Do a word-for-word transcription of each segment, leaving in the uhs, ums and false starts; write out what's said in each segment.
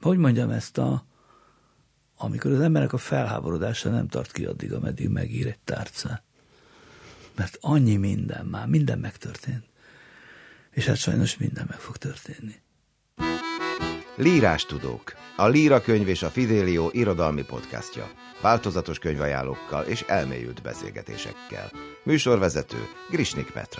hogy mondjam ezt a, amikor az emberek a felháborodása nem tart ki addig, ameddig megír egy tárcát. Mert annyi minden már, minden megtörtént. És hát sajnos minden meg fog történni. Lírástudók, a Líra könyv és a Fidelio irodalmi podcastja. Változatos könyvajánlókkal és elmélyült beszélgetésekkel. Műsorvezető Grisnik Petra.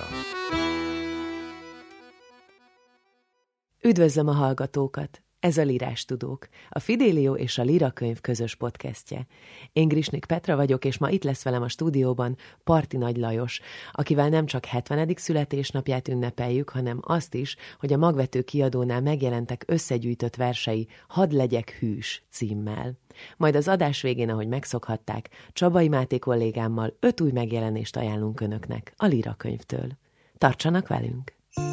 Üdvözlöm a hallgatókat! Ez a Lírástudók, a Fidelio és a Líra könyv közös podcastje. Én Grisnik Petra vagyok, és ma itt lesz velem a stúdióban Parti Nagy Lajos, akivel nem csak hetvenedik születésnapját ünnepeljük, hanem azt is, hogy a Magvető Kiadónál megjelentek összegyűjtött versei Hadd legyek hűs címmel. Majd az adás végén, ahogy megszokhatták, Csabai Máté kollégámmal öt új megjelenést ajánlunk önöknek a Líra könyvtől. Tartsanak velünk!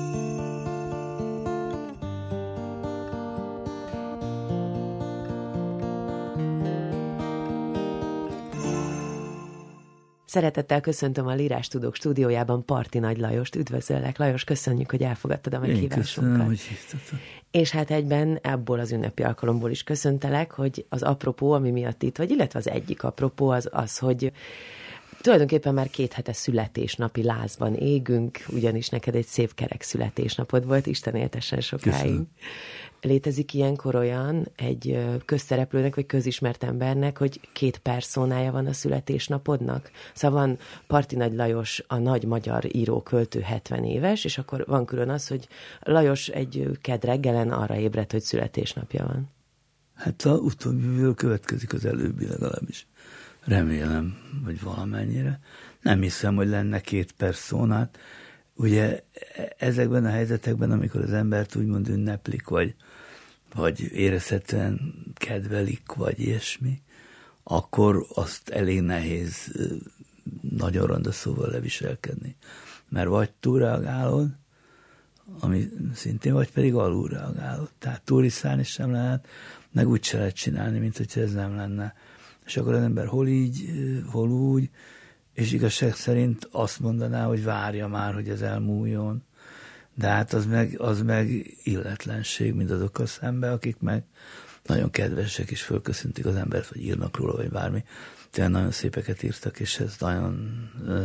Szeretettel köszöntöm a Lírástudók stúdiójában Parti Nagy Lajost. Üdvözöllek, Lajos, köszönjük, hogy elfogadtad a meghívásunkat. Én köszönöm, hogy hívtatok. És hát egyben ebből az ünnepi alkalomból is köszöntelek, hogy az apropó, ami miatt itt vagy, illetve az egyik apropó az az, hogy tulajdonképpen már két hete születésnapi lázban égünk, ugyanis neked egy szép kerek születésnapod volt, Isten éltessen sokáig. Köszönöm. Létezik ilyenkor olyan egy közszereplőnek, vagy közismert embernek, hogy két personája van a születésnapodnak? Szóval van Parti Nagy Lajos, a nagy magyar író-költő hetven éves, és akkor van külön az, hogy Lajos egy kedd reggelen arra ébredt, hogy születésnapja van. Hát a utóbbiből következik az előbbi legalábbis. Remélem, hogy valamennyire. Nem hiszem, hogy lenne két personát. Ugye ezekben a helyzetekben, amikor az embert úgymond ünneplik, vagy, vagy érezhetően kedvelik, vagy ilyesmi, akkor azt elég nehéz nagyon ronda szóval leviselkedni. Mert vagy túlreagálod, ami szintén, vagy pedig alulreagálod. Tehát túliszálni sem lehet, meg úgy se lehet csinálni, mint hogyha ez nem lenne. És akkor az ember hol így, hol úgy, és igazság szerint azt mondaná, hogy várja már, hogy ez elmúljon. De hát az meg, az meg illetlenség mindazokkal szemben, akik meg nagyon kedvesek, és fölköszöntik az embert, vagy írnak róla, vagy bármi. Tehát nagyon szépeket írtak, és ez nagyon,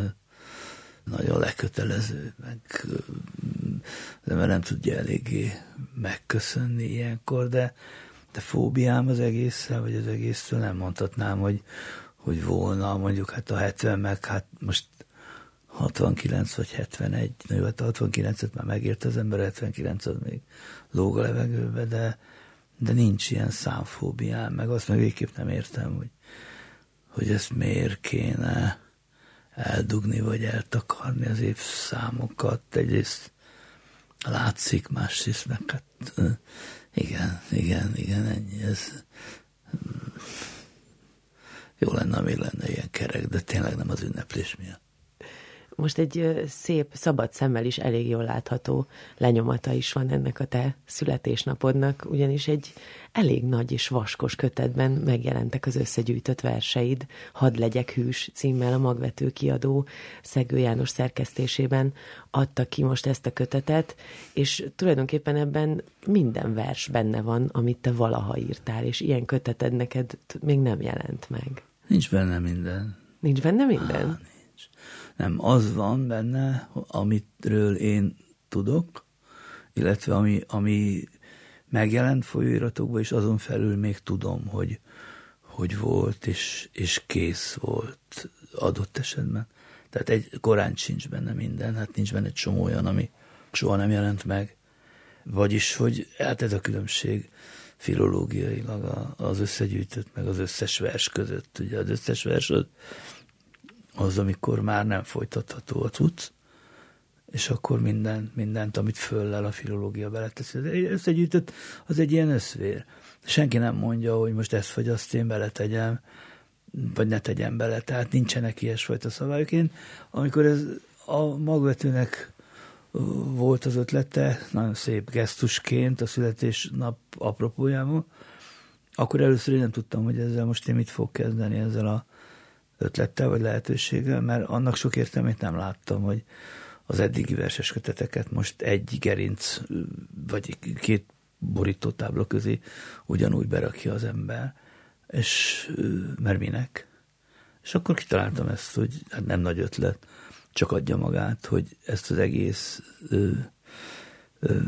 nagyon lekötelező, meg az ember nem tudja eléggé megköszönni ilyenkor, de de fóbiám az egészen, vagy az egésztől nem mondhatnám, hogy, hogy volna, mondjuk hát a hetven, meg hát most hatvankilenc vagy hetvenegy, na jó, hát a hatvankilencet már megért az ember, hetvenkilenc az még lóg a levegőbe, de, de nincs ilyen számfóbiám, meg azt meg végképp nem értem, hogy, hogy ezt miért kéne eldugni, vagy eltakarni az évszámokat. Egyrészt látszik, másrészt meg hát igen, igen, igen, ennyi, ez jó lenne, még lenne ilyen kerek, de tényleg nem az ünneplés miatt. Most egy szép, szabad szemmel is elég jól látható lenyomata is van ennek a te születésnapodnak, ugyanis egy elég nagy és vaskos kötetben megjelentek az összegyűjtött verseid. Hadd legyek hűs címmel a Magvető Kiadó Szegő János szerkesztésében adta ki most ezt a kötetet, és tulajdonképpen ebben minden vers benne van, amit te valaha írtál, és ilyen köteted neked még nem jelent meg. Nincs benne minden. Nincs benne minden? Á, nem, az van benne, amitről én tudok, illetve ami, ami megjelent folyóiratokban, és azon felül még tudom, hogy, hogy volt, és, és kész volt adott esetben. Tehát egy korán sincs benne minden, hát nincs benne egy csomó olyan, ami soha nem jelent meg. Vagyis, hogy hát ez a különbség filológiailag az összegyűjtött, meg az összes vers között. Ugye az összes vers az, az, amikor már nem folytatható a cucc, és akkor minden, mindent, amit föllel a filológia beleteszi. Az összegyűjtött, az egy ilyen összvér. Senki nem mondja, hogy most ezt vagy azt én beletegyem, vagy ne tegyem bele. Tehát nincsenek ilyesfajta szabályok. Én, amikor ez a Magvetőnek volt az ötlete, nagyon szép gesztusként a születésnap apropójában, akkor először én nem tudtam, hogy ezzel most én mit fog kezdeni, ezzel a ötlettel vagy lehetőséggel, mert annak sok értelmét nem láttam, hogy az eddigi verses köteteket most egy gerinc, vagy két borítótábla közé ugyanúgy berakja az ember, és mert minek? És akkor kitaláltam ezt, hogy hát nem nagy ötlet, csak adja magát, hogy ezt az egész ö, ö,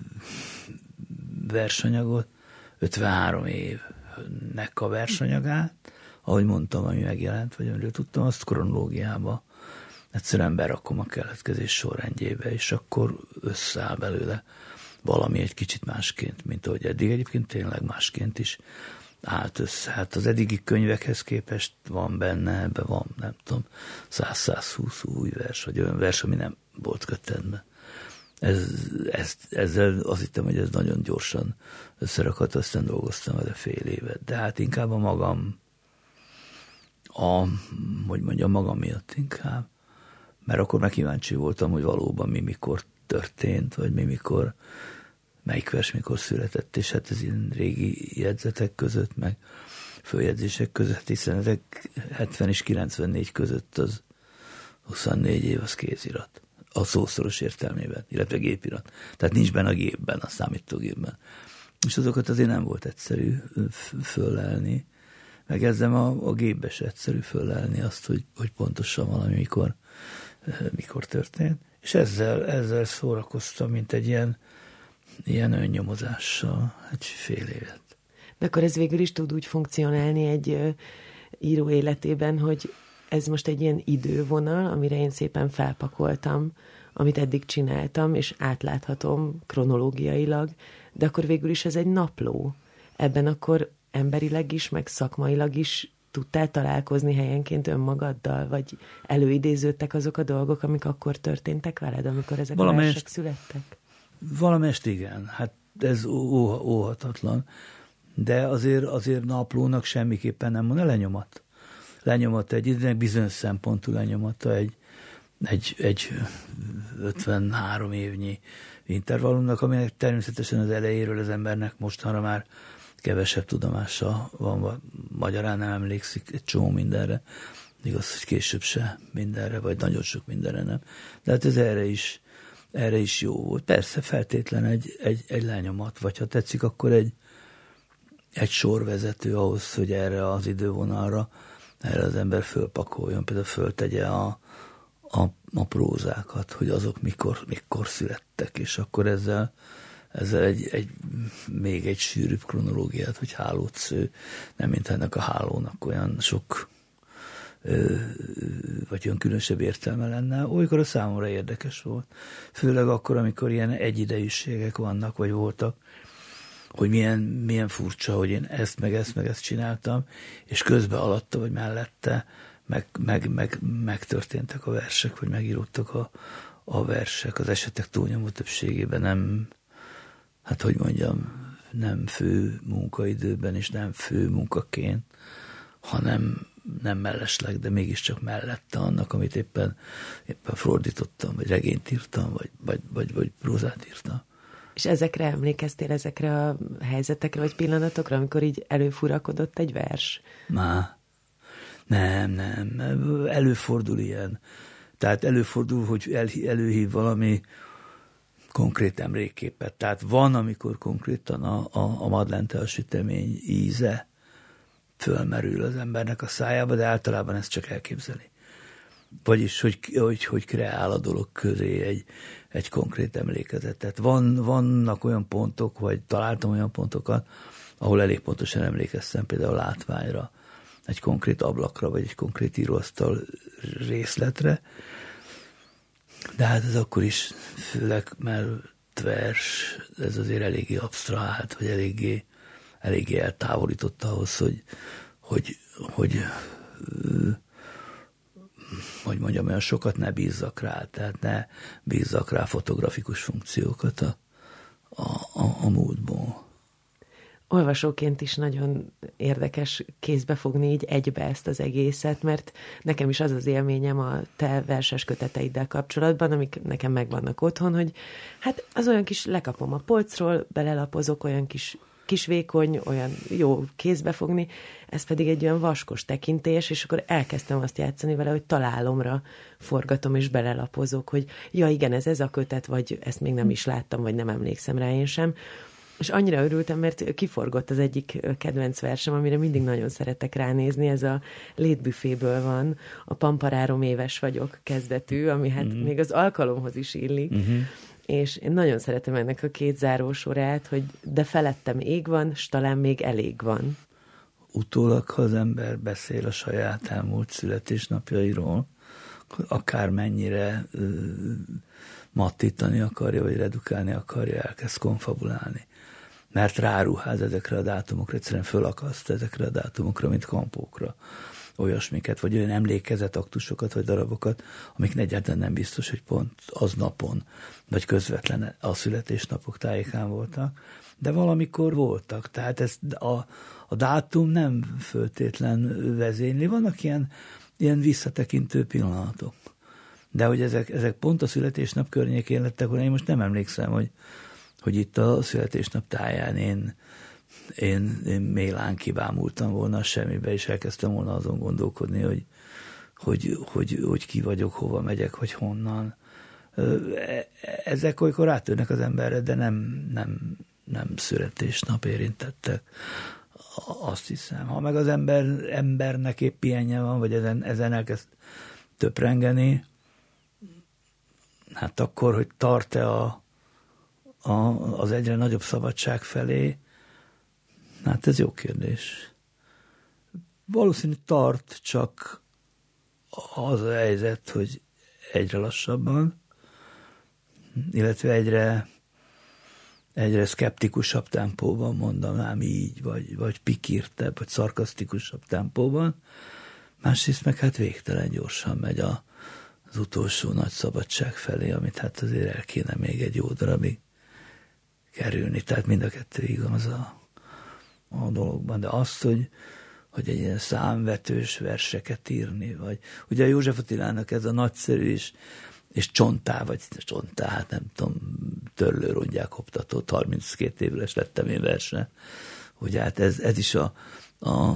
versanyagot, ötvenhárom évnek a versanyagát, ahogy mondtam, ami megjelent, vagy amiről tudtam, azt kronológiába egyszerűen berakom a keletkezés sorrendjébe, és akkor összeáll belőle valami egy kicsit másként, mint ahogy eddig egyébként tényleg másként is állt össze. Hát az eddigi könyvekhez képest van benne, ebben van, nem tudom, száz-százhúsz új vers, vagy olyan vers, ami nem volt kötetben. Ez, ez, ezzel azt hittem, hogy ez nagyon gyorsan összerakhat, aztán dolgoztam vele fél évet. De hát inkább a magam, a, hogy mondjam, magam miatt inkább. Mert akkor meg kíváncsi voltam, hogy valóban mi mikor történt, vagy mi mikor, melyik vers mikor született, és hát ez ilyen régi jegyzetek között, meg följegyzések között, hiszen ezek hetven és kilencvennégy között az huszonnégy év az kézirat. A szószoros értelmében, illetve gépirat. Tehát nincs benne a gépben, a számítógépben. És azokat azért nem volt egyszerű föllelni, meg ezzel a, a gépbe se egyszerű föllelni azt, hogy, hogy pontosan valami mikor, mikor történt. És ezzel, ezzel szórakoztam, mint egy ilyen, ilyen önnyomozással egy fél évet. De akkor ez végül is tud úgy funkcionálni egy író életében, hogy ez most egy ilyen idővonal, amire én szépen felpakoltam, amit eddig csináltam, és átláthatom kronológiailag, de akkor végül is ez egy napló. Ebben akkor emberileg is, meg szakmailag is tudtál találkozni helyenként önmagaddal, vagy előidéződtek azok a dolgok, amik akkor történtek veled, amikor ezek a versek születtek? Valamelyest igen, hát ez ó, óhatatlan, de azért, azért naplónak semmiképpen nem mondja, lenyomat. Lenyomata egy időnek bizonyos szempontú lenyomata egy, egy, egy ötvenhárom évnyi intervallumnak, aminek természetesen az elejéről az embernek mostanra már kevesebb tudomása van, magyarán nem emlékszik egy csomó mindenre, igaz, hogy később se mindenre, vagy nagyon sok mindenre nem. De hát ez erre is, erre is jó volt. Persze feltétlen egy, egy, egy lenyomat, vagy ha tetszik, akkor egy, egy sorvezető ahhoz, hogy erre az idővonalra erre az ember fölpakoljon, például föltegye a, a, a prózákat, hogy azok mikor, mikor születtek, és akkor ezzel, ezzel egy, egy, még egy sűrűbb kronológiát, hogy hálót sző, nem mint ennek a hálónak olyan sok, ö, vagy olyan különösebb értelme lenne. Olykor a számomra érdekes volt. Főleg akkor, amikor ilyen egyidejűségek vannak, vagy voltak, hogy milyen, milyen furcsa, hogy én ezt, meg ezt, meg ezt csináltam, és közben alatta, vagy mellette meg, meg, meg, megtörténtek a versek, vagy megíródtak a, a versek. Az esetek túlnyomó többségében nem, hát hogy mondjam, nem fő munkaidőben, és nem fő munkaként, hanem nem mellesleg, de mégiscsak mellette annak, amit éppen, éppen fordítottam, vagy regényt írtam, vagy, vagy, vagy, vagy prózát írtam. És ezekre emlékeztél, ezekre a helyzetekre, vagy pillanatokra, amikor így előfurakodott egy vers? Má, nem, nem, előfordul ilyen. Tehát előfordul, hogy el, előhív valami konkrét emlékképet. Tehát van, amikor konkrétan a, a, a madlentea sütemény íze fölmerül az embernek a szájába, de általában ezt csak elképzeli. Vagyis, hogy, hogy, hogy kreál a dolog közé egy, egy konkrét emlékezetet. Van, vannak olyan pontok, vagy találtam olyan pontokat, ahol elég pontosan emlékeztem például a látványra, egy konkrét ablakra, vagy egy konkrét íróasztal részletre. De hát ez akkor is, főleg mert vers, ez azért eléggé absztrahált, vagy eléggé, eléggé eltávolított ahhoz, hogy, hogy, hogy hogy mondjam, olyan sokat ne bízzak rá, tehát ne bízzak rá fotografikus funkciókat a, a, a, a múltból. Olvasóként is nagyon érdekes kézbe fogni így egybe ezt az egészet, mert nekem is az az élményem a te verses köteteiddel kapcsolatban, amik nekem megvannak otthon, hogy hát az olyan kis lekapom a polcról, belelapozok, olyan kis kis vékony, olyan jó kézbe fogni, ez pedig egy olyan vaskos tekintés, és akkor elkezdtem azt játszani vele, hogy találomra forgatom és belelapozok, hogy ja igen, ez ez a kötet, vagy ezt még nem is láttam, vagy nem emlékszem rá én sem. És annyira örültem, mert kiforgott az egyik kedvenc versem, amire mindig nagyon szeretek ránézni, ez a Létbüféből van, a Pamparárom éves vagyok kezdetű, ami hát uh-huh. még az alkalomhoz is illik, uh-huh. és én nagyon szeretem ennek a két zárósorát, hogy de felettem ég van, s talán még elég van. Utólag, ha az ember beszél a saját elmúlt születésnapjairól, akármennyire uh, mattítani akarja, vagy redukálni akarja, elkezd konfabulálni. Mert ráruház ezekre a dátumokra, egyszerűen fölakaszt ezekre a dátumokra, mint kampókra, olyasmiket, vagy olyan emlékezetaktusokat, vagy darabokat, amik egyáltalán nem biztos, hogy pont az napon, vagy közvetlen a születésnapok tájékán voltak, de valamikor voltak. Tehát ez a, a dátum nem föltétlen vezényli. Vannak ilyen, ilyen visszatekintő pillanatok. De hogy ezek, ezek pont a születésnap környékén lettek, hogy én most nem emlékszem, hogy, hogy itt a születésnap táján én, én, én mélán kibámultam volna a semmibe, és elkezdtem volna azon gondolkodni, hogy, hogy, hogy, hogy ki vagyok, hova megyek, vagy honnan. Ezek olykor rátörnek az emberre, de nem, nem, nem születésnap érintettek. Azt hiszem. Ha meg az ember, embernek épp ilyenje van, vagy ezen, ezen elkezd töprengeni, hát akkor, hogy tart-e a, a, az egyre nagyobb szabadság felé, hát ez jó kérdés. Valószínű tart, csak az a helyzet, hogy egyre lassabban, illetve egyre, egyre szkeptikusabb tempóban, mondanám így, vagy, vagy pikírtebb, vagy szarkasztikusabb tempóban. Másrészt meg hát végtelen gyorsan megy a, az utolsó nagy szabadság felé, amit hát azért el kéne még egy jó darabig kerülni. Tehát mind a kettő igaz a, a dologban. De azt, hogy, hogy egy ilyen számvetős verseket írni, vagy ugye a József Attilának ez a nagyszerű is, és csontá, vagy csontá, hát nem tudom, törlőrongyák hoptatott, harminckét éves lettem én verse. Ugye hát ez, ez is a, a,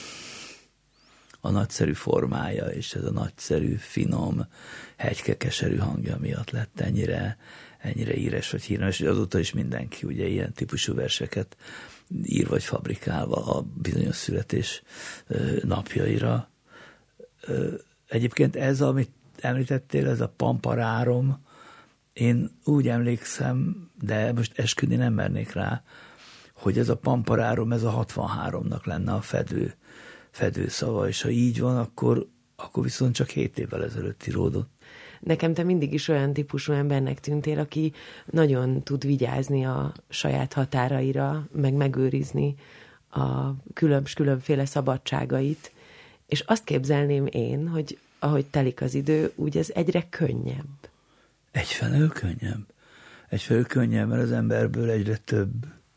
a nagyszerű formája, és ez a nagyszerű, finom, hegykekeserű hangja miatt lett ennyire, ennyire íres vagy híres, és azóta is mindenki ugye ilyen típusú verseket ír vagy fabrikálva a bizonyos születés napjaira. Egyébként ez, amit említettél, ez a Pamparárom, én úgy emlékszem, de most esküdni nem mernék rá, hogy ez a Pamparárom, ez a hatvanháromnak lenne a fedő, fedő szava, és ha így van, akkor, akkor viszont csak hét évvel ezelőtt íródott. Nekem te mindig is olyan típusú embernek tűntél, aki nagyon tud vigyázni a saját határaira, meg megőrizni a külön, különféle szabadságait, és azt képzelném én, hogy ahogy telik az idő, úgy ez egyre könnyebb. Egyfelől könnyebb. Egyfelől könnyebb, mert az emberből egyre több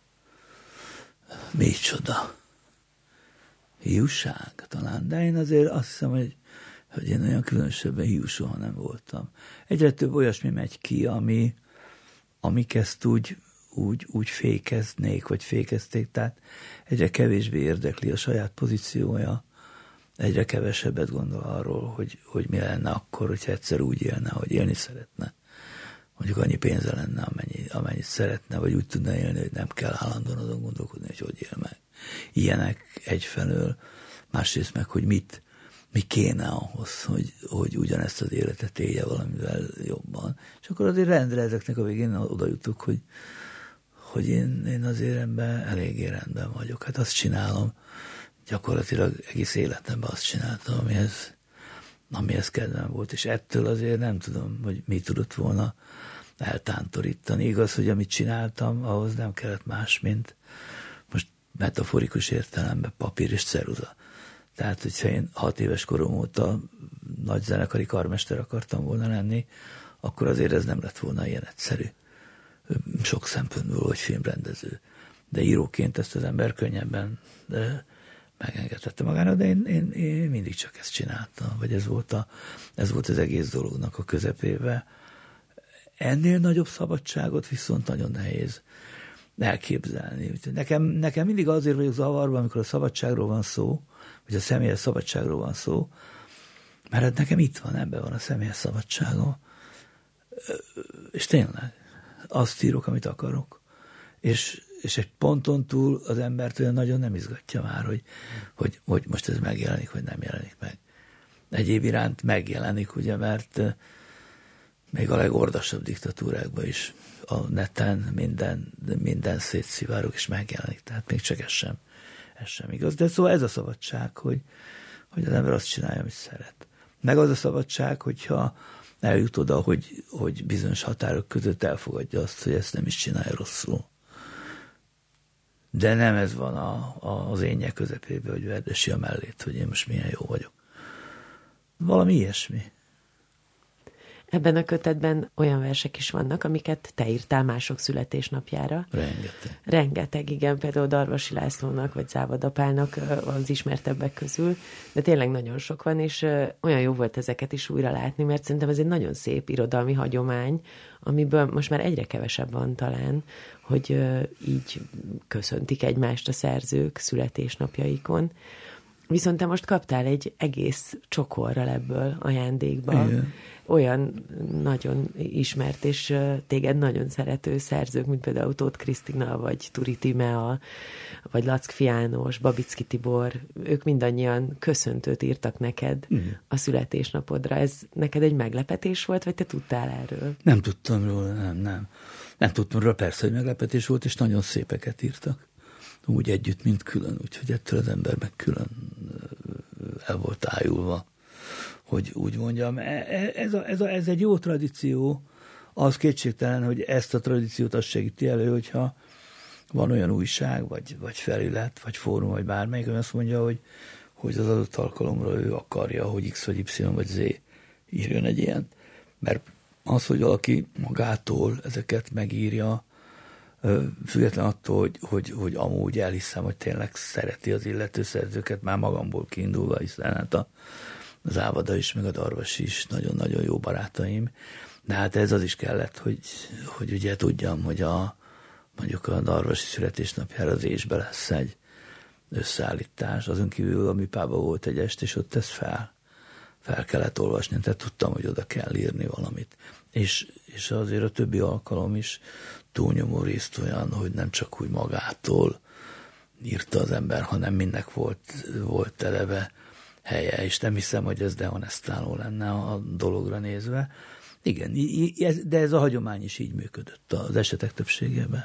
micsoda. Hiúság talán, de én azért azt hiszem, hogy, hogy én olyan különösebben hiú soha nem voltam. Egyre több olyasmi megy ki, ami, amik ezt úgy, úgy, úgy fékeznék, vagy fékezték, tehát egyre kevésbé érdekli a saját pozíciója, egyre kevesebbet gondol arról, hogy, hogy mi lenne akkor, hogyha egyszer úgy élne, hogy élni szeretne. Mondjuk annyi pénze lenne, amennyi, amennyit szeretne, vagy úgy tudna élni, hogy nem kell állandóan azon gondolkodni, hogy hogy él meg. Ilyenek egyfelől, másrészt meg, hogy mit, mi kéne ahhoz, hogy, hogy ugyanezt az életet élje valamivel jobban. És akkor azért rendre ezeknek a végén oda jutok, hogy, hogy én, én azért ebben eléggé rendben vagyok. Hát azt csinálom, gyakorlatilag egész életemben azt csináltam, amihez, amihez kedvem volt, és ettől azért nem tudom, hogy mi tudott volna eltántorítani. Igaz, hogy amit csináltam, ahhoz nem kellett más, mint most metaforikus értelemben papír és ceruza. Tehát, hogyha én hat éves korom óta nagy zenekari karmester akartam volna lenni, akkor azért ez nem lett volna ilyen egyszerű. Sok szempontból, hogy filmrendező. De íróként ezt az ember könnyebben de megengedhette magára, de én, én, én mindig csak ezt csináltam, vagy ez volt, a, ez volt az egész dolognak a közepébe. Ennél nagyobb szabadságot viszont nagyon nehéz elképzelni. Nekem, nekem mindig azért vagyok zavarban, amikor a szabadságról van szó, vagy a személyes szabadságról van szó, mert hát nekem itt van, ebben van a személyes szabadságom. És tényleg, azt írok, amit akarok. És, és egy ponton túl az embert olyan nagyon nem izgatja már, hogy, hogy, hogy most ez megjelenik, vagy nem jelenik meg. Egyéb iránt megjelenik, ugye, mert még a legordasabb diktatúrákban is a neten minden, minden szétszivárog, és megjelenik. Tehát még csak ez sem, ez sem igaz. De szóval ez a szabadság, hogy, hogy az ember azt csinálja, amit szeret. Meg az a szabadság, hogyha eljut oda, hogy, hogy bizonyos határok között elfogadja azt, hogy ezt nem is csinálja rosszul. De nem ez van a, a, az énje közepébe, hogy verdesi a mellét, hogy én most milyen jó vagyok. Valami ilyesmi. Ebben a kötetben olyan versek is vannak, amiket te írtál mások születésnapjára. Rengeteg. Rengeteg, igen, például Darvasi Lászlónak, vagy Závad Apának az ismertebbek közül, de tényleg nagyon sok van, és olyan jó volt ezeket is újra látni, mert szerintem ez egy nagyon szép irodalmi hagyomány, amiből most már egyre kevesebb van talán, hogy így köszöntik egymást a szerzők születésnapjaikon. Viszont te most kaptál egy egész csokorral ebből ajándékba. Igen. Olyan nagyon ismert és téged nagyon szerető szerzők, mint például Tóth Krisztina, vagy Turi Tímea, vagy Lackfi János, Babicki Tibor, ők mindannyian köszöntőt írtak neked Igen. a születésnapodra. Ez neked egy meglepetés volt, vagy te tudtál erről? Nem tudtam róla, nem, nem. Nem tudtam róla, persze, hogy meglepetés volt, és nagyon szépeket írtak. Úgy együtt, mint külön, úgyhogy ettől az ember meg külön el volt ájulva, hogy úgy mondjam. Ez, a, ez, a, ez egy jó tradíció, az kétségtelen, hogy ezt a tradíciót azt segíti elő, hogyha van olyan újság, vagy, vagy felület, vagy fórum, vagy bármelyik, ami azt mondja, hogy, hogy az adott alkalomra ő akarja, hogy X, vagy Y, vagy Z írjon egy ilyent. Mert az, hogy valaki magától ezeket megírja, független attól, hogy, hogy, hogy amúgy elhiszem, hogy tényleg szereti az illető szerzőket, már magamból kiindulva, hiszen hát a, az Ávada is, meg a Darvasi is nagyon-nagyon jó barátaim, de hát ez az is kellett, hogy, hogy ugye tudjam, hogy a, mondjuk a Darvasi születésnapjára az Ésbe lesz egy összeállítás, azon kívül a Műpában volt egy est, és ott ezt fel, fel kellett olvasni, tehát tudtam, hogy oda kell írni valamit. És, és azért a többi alkalom is túlnyomó részt olyan, hogy nem csak úgy magától írta az ember, hanem mindnek volt, volt eleve helye, és nem hiszem, hogy ez dehonestáló lenne a dologra nézve. Igen, de ez a hagyomány is így működött az esetek többségében,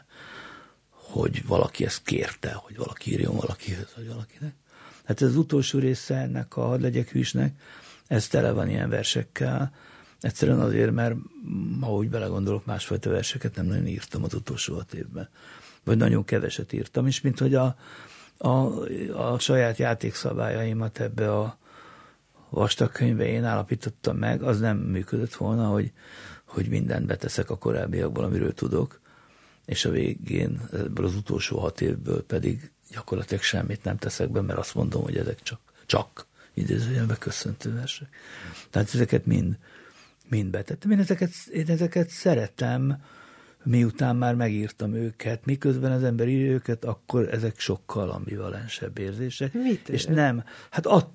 hogy valaki ezt kérte, hogy valaki írjon valakihez, vagy valakinek. Hát ez az utolsó része ennek a Hadd legyek hűsnek, ez tele van ilyen versekkel, egyszerűen azért, mert ha úgy belegondolok, másfajta verseket nem nagyon írtam az utolsó hat évben. Vagy nagyon keveset írtam is, mint hogy a, a, a saját játékszabályaimat ebbe a vastag könyvbe én állapítottam meg, az nem működött volna, hogy, hogy mindent beteszek a korábbiakból, amiről tudok, és a végén ebből az utolsó hat évből pedig gyakorlatilag semmit nem teszek be, mert azt mondom, hogy ezek csak, csak idézőjelben köszöntő versek. Tehát ezeket mind mind betettem. Én ezeket, én ezeket szeretem, miután már megírtam őket, miközben az ember írja őket, akkor ezek sokkal ambivalensebb érzések. Mit? És nem, hát a,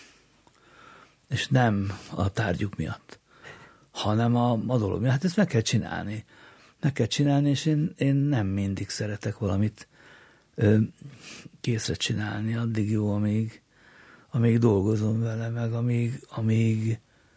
és nem a tárgyuk miatt, hanem a, a dolog miatt. Hát ezt meg kell csinálni. Meg kell csinálni, és én, én nem mindig szeretek valamit ö, készre csinálni, addig jó, amíg, amíg dolgozom vele, meg amíg, amíg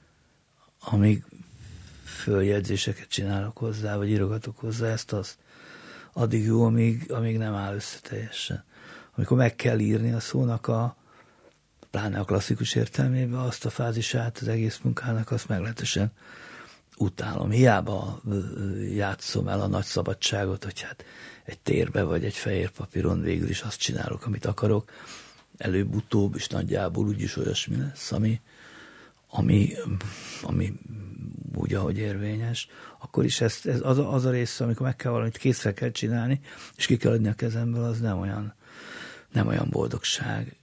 amíg följegyzéseket csinálok hozzá, vagy írogatok hozzá, ezt az addig jó, amíg, amíg nem áll össze teljesen. Amikor meg kell írni a szónak a, pláne a klasszikus értelmében, azt a fázisát az egész munkának, azt meglehetősen utálom. Hiába játszom el a nagy szabadságot, hogy hát egy térbe, vagy egy fehér papíron végül is azt csinálok, amit akarok. Előbb-utóbb is nagyjából úgyis olyasmi lesz, ami ami, ami úgy, ahogy érvényes, akkor is ez, ez az, a, az a rész, amikor meg kell valamit készre kell csinálni, és ki kell adni a kezemből, az nem olyan, nem olyan boldogság.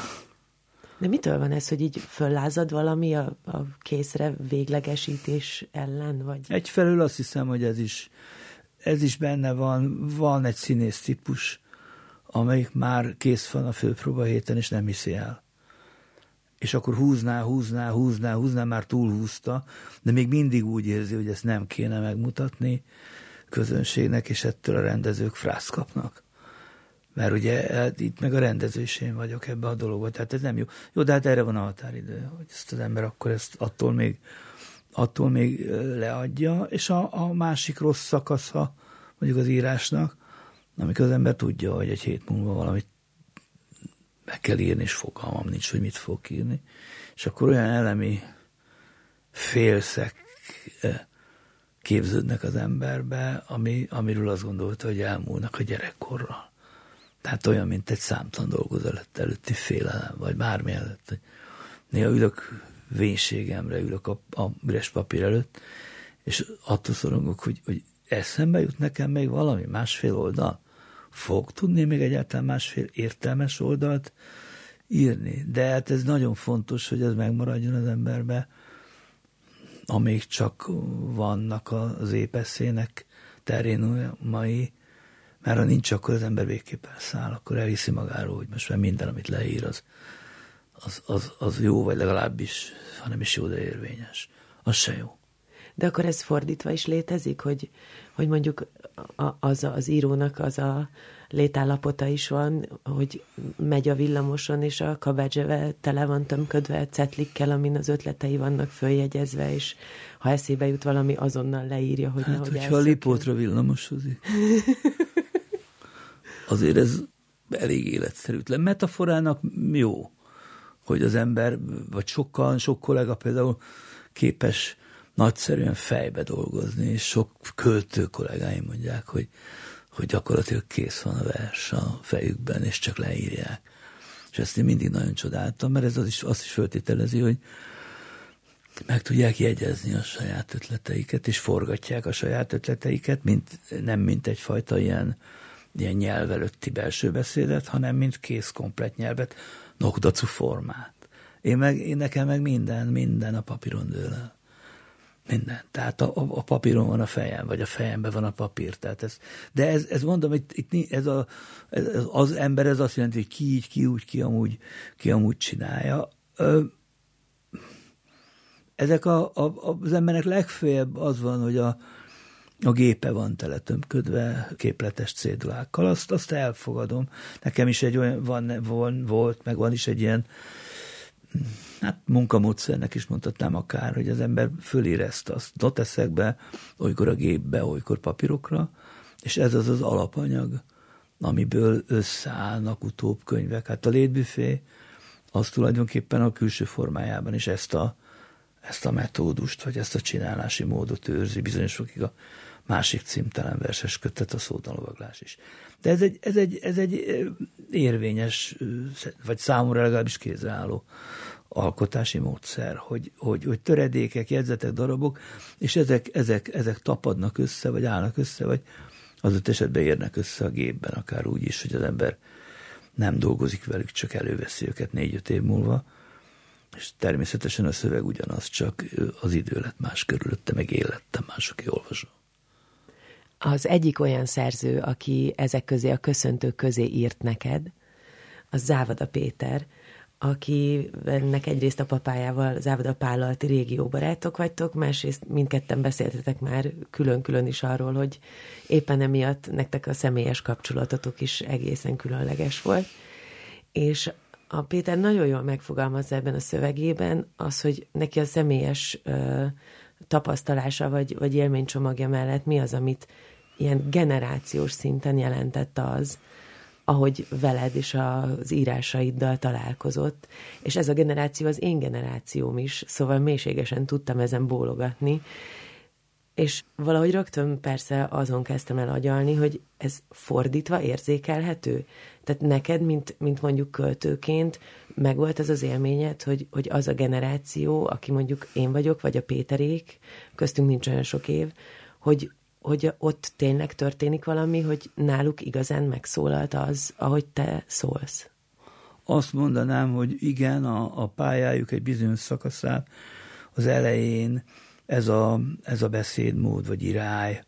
De mitől van ez, hogy így föllázad valami a, a készre véglegesítés ellen? Vagy? Egyfelől azt hiszem, hogy ez is, ez is benne van. Van egy színész típus, amelyik már kész van a főpróba héten, és nem hiszi el. És akkor húzná, húzná, húzná, húzná, már túlhúzta, de még mindig úgy érzi, hogy ezt nem kéne megmutatni közönségnek, és ettől a rendezők frászt kapnak. Mert ugye hát itt meg a rendező is én vagyok ebbe a dologba, tehát ez nem jó. Jó, de hát erre van a határidő, hogy ezt az ember akkor ezt attól még, attól még leadja, és a, a másik rossz szakasza, mondjuk az írásnak, amikor az ember tudja, hogy egy hét múlva valamit meg kell írni, és fogalmam nincs, hogy mit fog írni, és akkor olyan elemi félszek képződnek az emberbe, ami, amiről azt gondolta, hogy elmúlnak a gyerekkorral. Tehát olyan, mint egy számtalan dolgozat előtti félelem, vagy bármi előtt. Néha ülök vénségemre, ülök a, a üres papír előtt, és attól szorongok, hogy, hogy eszembe jut nekem még valami, másfél oldal. Fog tudni még egyáltalán másfél értelmes oldalt írni. De hát ez nagyon fontos, hogy ez megmaradjon az emberbe, amíg csak vannak az épeszének terénumai, mert ha nincs, akkor az ember végképp elszáll, akkor elhiszi magáról, hogy most már minden, amit leír, az, az, az, az jó, vagy legalábbis, ha nem is jó, de érvényes. Az se jó. De akkor ez fordítva is létezik, hogy, hogy mondjuk az, az írónak az a létállapota is van, hogy megy a villamoson, és a kabádzseve tele van tömködve cetlikkel, amin az ötletei vannak följegyezve, és ha eszébe jut valami, azonnal leírja, hogy hát, nehogy hogyha a Lipótra villamosozik. Azért ez elég életszerűtlen. Metaforának jó, hogy az ember, vagy sokkal, sok kollega például képes nagyszerűen fejbe dolgozni, és sok költő kollégáim mondják, hogy, hogy gyakorlatilag kész van a vers a fejükben, és csak leírják. És ezt én mindig nagyon csodáltam, mert ez az is, azt is föltételezi, hogy meg tudják jegyezni a saját ötleteiket, és forgatják a saját ötleteiket, mint, nem mint egyfajta ilyen, ilyen nyelv előtti belső beszédet, hanem mint kész komplett nyelvet, nokdacu formát. Én meg, én nekem meg minden, minden a papíron dől el. Minden. Tehát a, a papíron van a fejem, vagy a fejemben van a papír. Tehát ez, de ez, ez mondom, itt, itt ez a, ez, az ember, ez azt jelenti, hogy ki így, ki úgy, ki amúgy, ki amúgy csinálja. Ö, ezek a, a, az embernek legfeljebb az van, hogy a, a gépe van teletömködve képletes cédulákkal, azt, azt elfogadom. Nekem is egy olyan, van, van, volt, meg van is egy ilyen, hát munkamódszernek is mondhatnám akár, hogy az ember fölír ezt, azt noteszek be, olykor a gépbe, olykor papírokra, és ez az az alapanyag, amiből összeállnak utóbb könyvek. Hát a létbüfé az tulajdonképpen a külső formájában is ezt a, ezt a metódust, vagy ezt a csinálási módot őrzi, bizonyos fokig a másik címtelen verses kötet, a szótanlovaglás is. De ez egy, ez, egy, ez egy érvényes, vagy számomra legalábbis kézreálló alkotási módszer, hogy, hogy, hogy töredékek, jegyzetek, darabok, és ezek, ezek, ezek tapadnak össze, vagy állnak össze, vagy az esetben érnek össze a gépben, akár úgy is, hogy az ember nem dolgozik velük, csak előveszi őket négy-öt év múlva, és természetesen a szöveg ugyanaz, csak az idő lett más körülötte, meg élettem más, aki olvasó. Az egyik olyan szerző, aki ezek közé, a köszöntők közé írt neked, az Závada Péter, akinek egyrészt a papájával, Závada Pállal ti régi jó barátok vagytok, másrészt mindketten beszéltetek már külön-külön is arról, hogy éppen emiatt nektek a személyes kapcsolatotok is egészen különleges volt. És a Péter nagyon jól megfogalmazza ebben a szövegében az, hogy neki a személyes ö, tapasztalása vagy, vagy élménycsomagja mellett mi az, amit ilyen generációs szinten jelentett az, ahogy veled és az írásaiddal találkozott, és ez a generáció az én generációm is, szóval mélységesen tudtam ezen bólogatni, és valahogy rögtön persze azon kezdtem el agyalni, hogy ez fordítva érzékelhető. Tehát neked, mint, mint mondjuk költőként, megvolt ez az élményed, hogy, hogy az a generáció, aki mondjuk én vagyok, vagy a Péterék, köztünk nincs olyan sok év, hogy, hogy ott tényleg történik valami, hogy náluk igazán megszólalt az, ahogy te szólsz. Azt mondanám, hogy igen, a, a pályájuk egy bizonyos szakaszán az elején ez a, ez a beszédmód, vagy irály,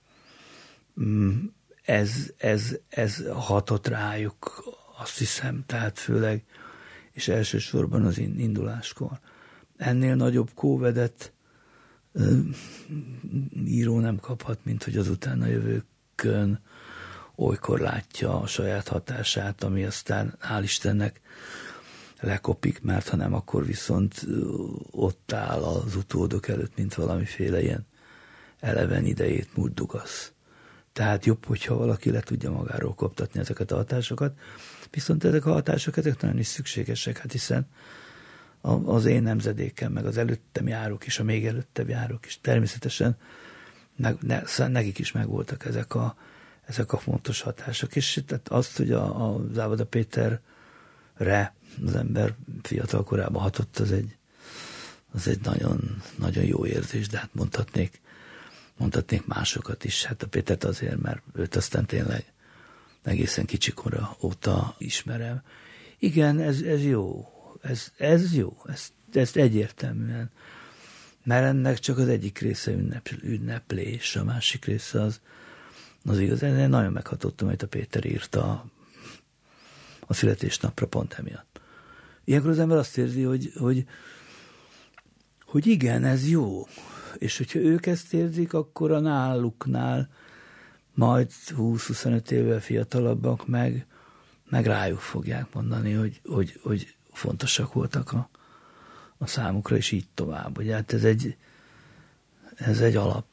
ez, ez, ez hatott rájuk, azt hiszem, tehát főleg, és elsősorban az induláskor. Ennél nagyobb kóvedet író nem kaphat, mint hogy az utána jövőkön olykor látja a saját hatását, ami aztán hál' Istennek lekopik, mert ha nem, akkor viszont ott áll az utódok előtt, mint valamiféle ilyen eleven idejét múlt dugasz. Tehát jobb, hogyha valaki le tudja magáról koptatni ezeket a hatásokat, viszont ezek a hatások, ezek nagyon is szükségesek, hát hiszen az én nemzedékem, meg az előttem járók is, a még előttem járók is, természetesen ne, nekik is megvoltak ezek a, ezek a fontos hatások, és tehát azt, hogy a, a Závoda Péterre az ember fiatal korában hatott, az egy, az egy nagyon, nagyon jó érzés, de hát mondhatnék, mondhatnék másokat is. Hát a Pétert azért, mert őt aztán tényleg egészen kicsikora óta ismerem. Igen, ez, ez jó, ez, ez jó, ez, ezt egyértelműen. Mert ennek csak az egyik része ünnep, ünneplés, a másik része az, az igaz. Én nagyon meghatottam, amit a Péter írta a születésnapra pont emiatt. Ilyenkor az ember azt érzi, hogy, hogy, hogy igen, ez jó. És hogyha ők ezt érzik, akkor a náluknál majd húsz-huszonöt évvel fiatalabbak meg, meg rájuk fogják mondani, hogy, hogy, hogy fontosak voltak a, a számukra, és így tovább. Ugye hát ez egy, ez egy alap,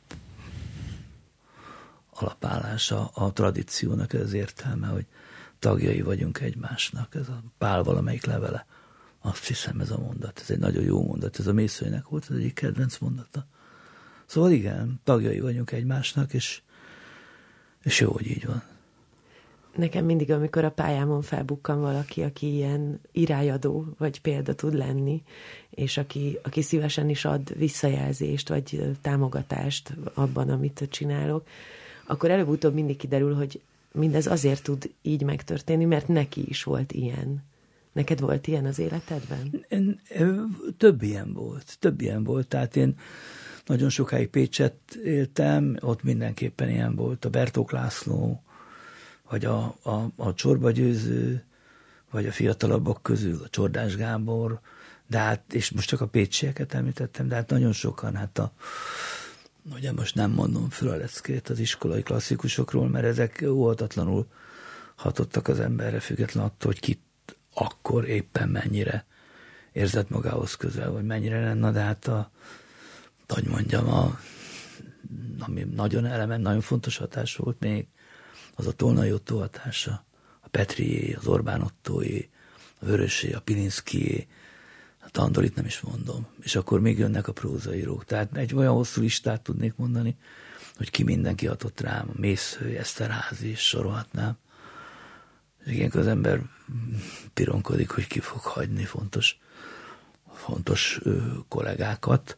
alapállás a, a tradíciónak, ez az értelme, hogy tagjai vagyunk egymásnak. Ez a Pál valamelyik levele. Azt hiszem, ez a mondat. Ez egy nagyon jó mondat. Ez a Mészőinek volt az egyik kedvenc mondata. Szóval igen, tagjai vagyunk egymásnak, és, és jó, hogy így van. Nekem mindig, amikor a pályámon felbukkan valaki, aki ilyen irányadó, vagy példa tud lenni, és aki, aki szívesen is ad visszajelzést, vagy támogatást abban, amit csinálok, akkor előbb-utóbb mindig kiderül, hogy mindez azért tud így megtörténni, mert neki is volt ilyen. Neked volt ilyen az életedben? Én, több ilyen volt, több ilyen volt. Tehát én nagyon sokáig Pécsett éltem, ott mindenképpen ilyen volt. A Bertók László, vagy a, a, a Csorba Győző, vagy a fiatalabbak közül a Csordás Gábor, de hát, és most csak a pécsieket említettem, de hát nagyon sokan, hát a, ugye most nem mondom föl a leckét az iskolai klasszikusokról, mert ezek óhatatlanul hatottak az emberre, független attól, hogy ki akkor éppen mennyire érzett magához közel, vagy mennyire lenne, de hát a, hogy mondjam, a, ami nagyon elemen, nagyon fontos hatás volt még, az a Tolnai Ottó hatása, a Petrié, az Orbán Ottóé, a Vörösé, a Pilinszkié, a Tandolit nem is mondom. És akkor még jönnek a prózaírók. Tehát egy olyan hosszú listát tudnék mondani, hogy ki mindenki hatott rám, a Mésző, Eszterházy, és sorolhatnám. És ilyenkor az ember pironkodik, hogy ki fog hagyni fontos, fontos ö, kollégákat.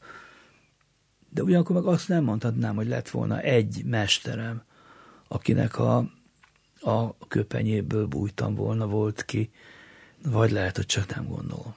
De ugyanakkor meg azt nem mondhatnám, hogy lett volna egy mesterem, akinek a, a köpenyéből bújtam volna, volt ki, vagy lehet, hogy csak nem gondolom.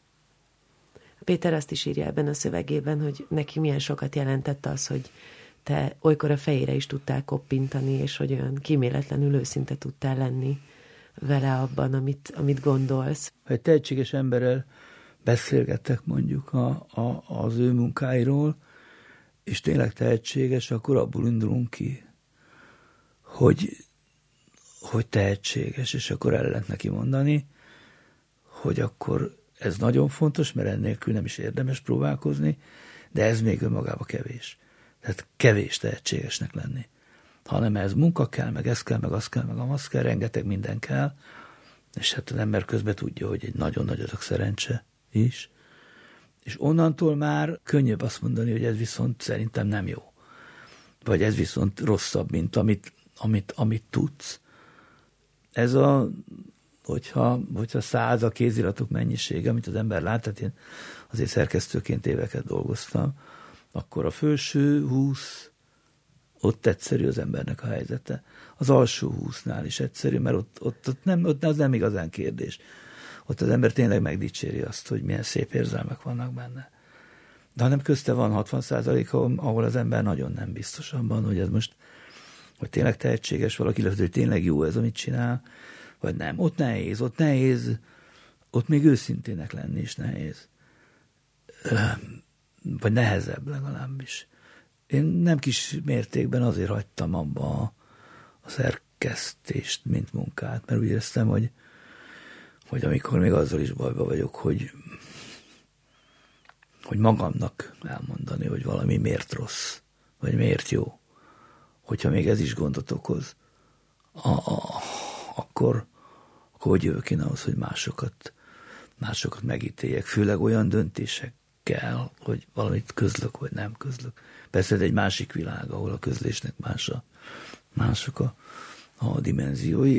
Péter azt is írja ebben a szövegében, hogy neki milyen sokat jelentett az, hogy te olykor a fejére is tudtál koppintani, és hogy olyan kíméletlenül őszinte tudtál lenni vele abban, amit, amit gondolsz. Ha egy tehetséges emberrel beszélgettek mondjuk a, a, az ő munkáiról, és tényleg tehetséges, akkor abból indulunk ki, hogy, hogy tehetséges, és akkor el lehet neki mondani, hogy akkor ez nagyon fontos, mert ennélkül nem is érdemes próbálkozni, de ez még önmagában kevés. Tehát kevés tehetségesnek lenni. Hanem ez munka kell, meg ez kell, meg az kell, meg amaz kell, rengeteg minden kell, és hát az ember közben tudja, hogy egy nagyon nagy adag szerencse is, és onnantól már könnyebb azt mondani, hogy ez viszont szerintem nem jó. Vagy ez viszont rosszabb, mint amit, amit, amit tudsz. Ez a, hogyha, hogyha száz a kéziratok mennyisége, amit az ember lát, tehát én azért szerkesztőként éveket dolgoztam, akkor a felső húsz, ott egyszerű az embernek a helyzete. Az alsó húsznál is egyszerű, mert ott, ott, ott nem, ott az nem igazán kérdés. Ott az ember tényleg megdicséri azt, hogy milyen szép érzelmek vannak benne. De hanem közte van hatvan százalék, ahol az ember nagyon nem biztos abban, hogy ez most, hogy tényleg tehetséges valaki, illetve hogy tényleg jó ez, amit csinál, vagy nem. Ott nehéz, ott nehéz, ott még őszintének lenni is nehéz. Vagy nehezebb legalábbis. Én nem kis mértékben azért hagytam abba a, a, szer, szerkesztést, mint munkát, mert úgy éreztem, hogy, hogy amikor még azzal is bajba vagyok, hogy, hogy magamnak elmondani, hogy valami miért rossz, vagy miért jó, hogyha még ez is gondot okoz, a, a, akkor, akkor hogy jövök én ahhoz, hogy másokat, másokat megítéljek, főleg olyan döntésekkel, hogy valamit közlök, vagy nem közlök. Persze ez egy másik világ, ahol a közlésnek más a, mások a, a dimenziói.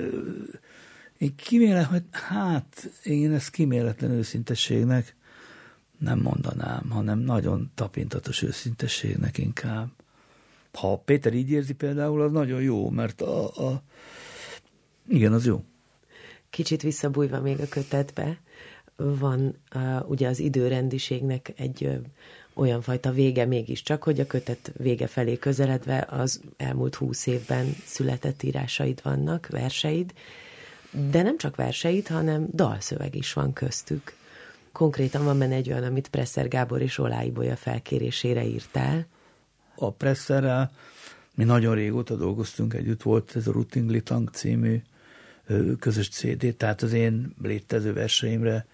Én kimélem, hogy hát én ezt kiméletlen őszintességnek nem mondanám, hanem nagyon tapintatos őszintességnek inkább. Ha Péter így érzi például, az nagyon jó, mert a, a igen, az jó. Kicsit visszabújva még a kötetbe, van uh, ugye az időrendiségnek egy uh, olyan fajta vége mégiscsak, hogy a kötet vége felé közeledve az elmúlt húsz évben született írásaid vannak, verseid, de nem csak verseid, hanem dalszöveg is van köztük. Konkrétan van benne egy olyan, amit Presser Gábor és Olái Bolya felkérésére írtál. A Presserrel mi nagyon régóta dolgoztunk együtt, volt ez a Rutingli Tang című közös cé dé, tehát az én létező verseimre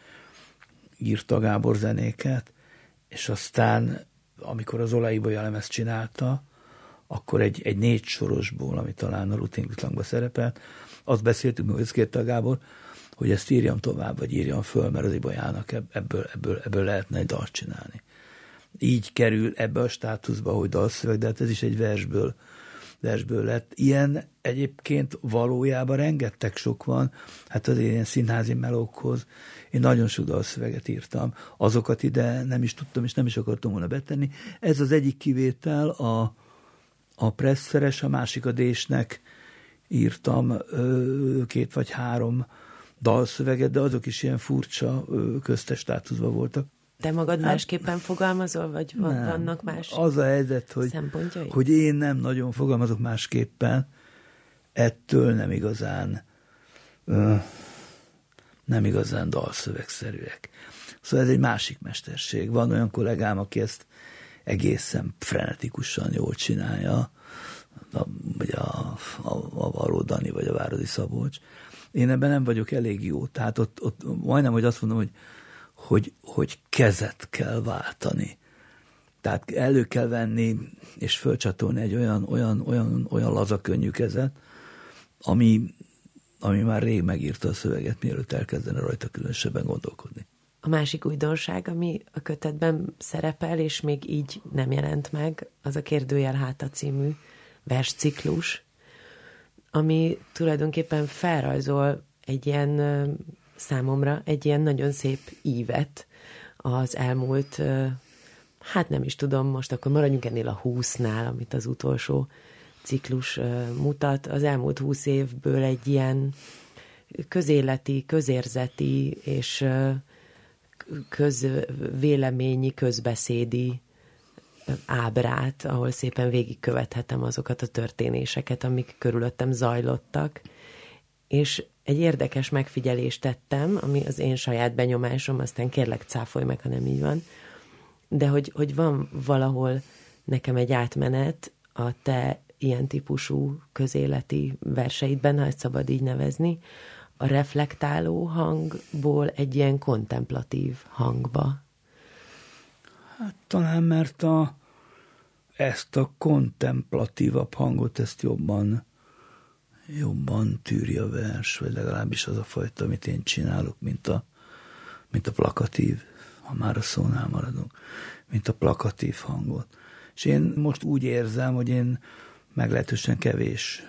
írta Gábor zenéket, és aztán, amikor az Olái Bolya lemezt csinálta, akkor egy, egy négy sorosból, ami talán a Rutingli Tangban szerepelt, azt beszéltünk, hogy ezt kérte a Gábor, hogy ezt írjam tovább, vagy írjam föl, mert az Ibolyának ebből, ebből, ebből lehetne egy dalt csinálni. Így kerül ebbe a státuszba, hogy dalszöveg, de hát ez is egy versből, versből lett. Ilyen egyébként valójában rengeteg sok van, hát az ilyen színházi melókhoz. Én nagyon sok dalszöveget írtam, azokat ide nem is tudtam, és nem is akartam volna betenni. Ez az egyik kivétel, a, a Presseres, a másik a Désnek írtam ö, két vagy három dalszöveget, de azok is ilyen furcsa ö, köztes státuszban voltak. Te magad másképpen fogalmazol, vagy van, nem, vannak más az a helyzet, hogy, hogy én nem nagyon fogalmazok másképpen, ettől nem igazán ö, nem igazán dalszövegszerűek. Szóval ez egy másik mesterség. Van olyan kollégám, aki ezt egészen frenetikusan jól csinálja, a, vagy a, a, a Varró Dani, vagy a Váradi Szabolcs. Én ebben nem vagyok elég jó. Tehát ott, ott majdnem, hogy azt mondom, hogy Hogy, hogy kezet kell váltani. Tehát elő kell venni, és fölcsatolni egy olyan, olyan, olyan, olyan laza könnyű kezet, ami, ami már rég megírta a szöveget, mielőtt elkezdene rajta különösebben gondolkodni. A másik újdonság, ami a kötetben szerepel, és még így nem jelent meg, az a Kérdőjel háta című versciklus, ami tulajdonképpen felrajzol egy ilyen számomra egy ilyen nagyon szép ívet az elmúlt, hát nem is tudom, most akkor maradjunk ennél a húsznál, amit az utolsó ciklus mutat. Az elmúlt húsz évből egy ilyen közéleti, közérzeti és közvéleményi, közbeszédi ábrát, ahol szépen végigkövethetem azokat a történéseket, amik körülöttem zajlottak, és egy érdekes megfigyelést tettem, ami az én saját benyomásom, aztán kérlek cáfolj meg, ha nem így van, de hogy, hogy van valahol nekem egy átmenet a te ilyen típusú közéleti verseidben, ha ezt szabad így nevezni, a reflektáló hangból egy ilyen kontemplatív hangba. Hát talán, mert a, ezt a kontemplatívabb hangot, ezt jobban jobban tűri a vers, vagy legalábbis az a fajta, amit én csinálok, mint a, mint a plakatív, ha már a szónál maradunk, mint a plakatív hangot. És én most úgy érzem, hogy én meglehetősen kevés,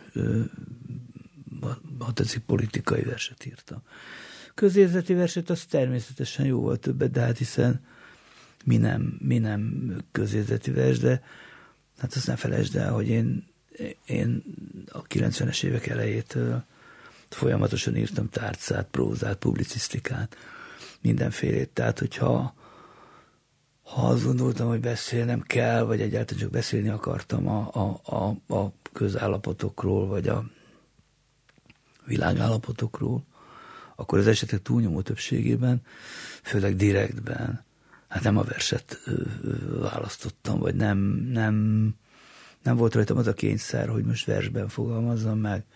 ha tetszik, politikai verset írtam. Közérzeti verset az természetesen jóval többet, de hát hiszen mi nem, mi nem közérzeti vers, de hát azt ne felejtsd el, hogy én Én a kilencvenes évek elejétől folyamatosan írtam tárcát, prózát, publicisztikát, mindenfélét. Tehát, hogyha ha azt gondoltam, hogy beszélnem kell, vagy egyáltalán csak beszélni akartam a, a, a, a közállapotokról, vagy a világállapotokról, akkor az esetek túlnyomó többségében, főleg direktben, hát nem a verset ö, ö, választottam, vagy nem, nem, nem volt rajtam az a kényszer, hogy most versben fogalmazzam meg,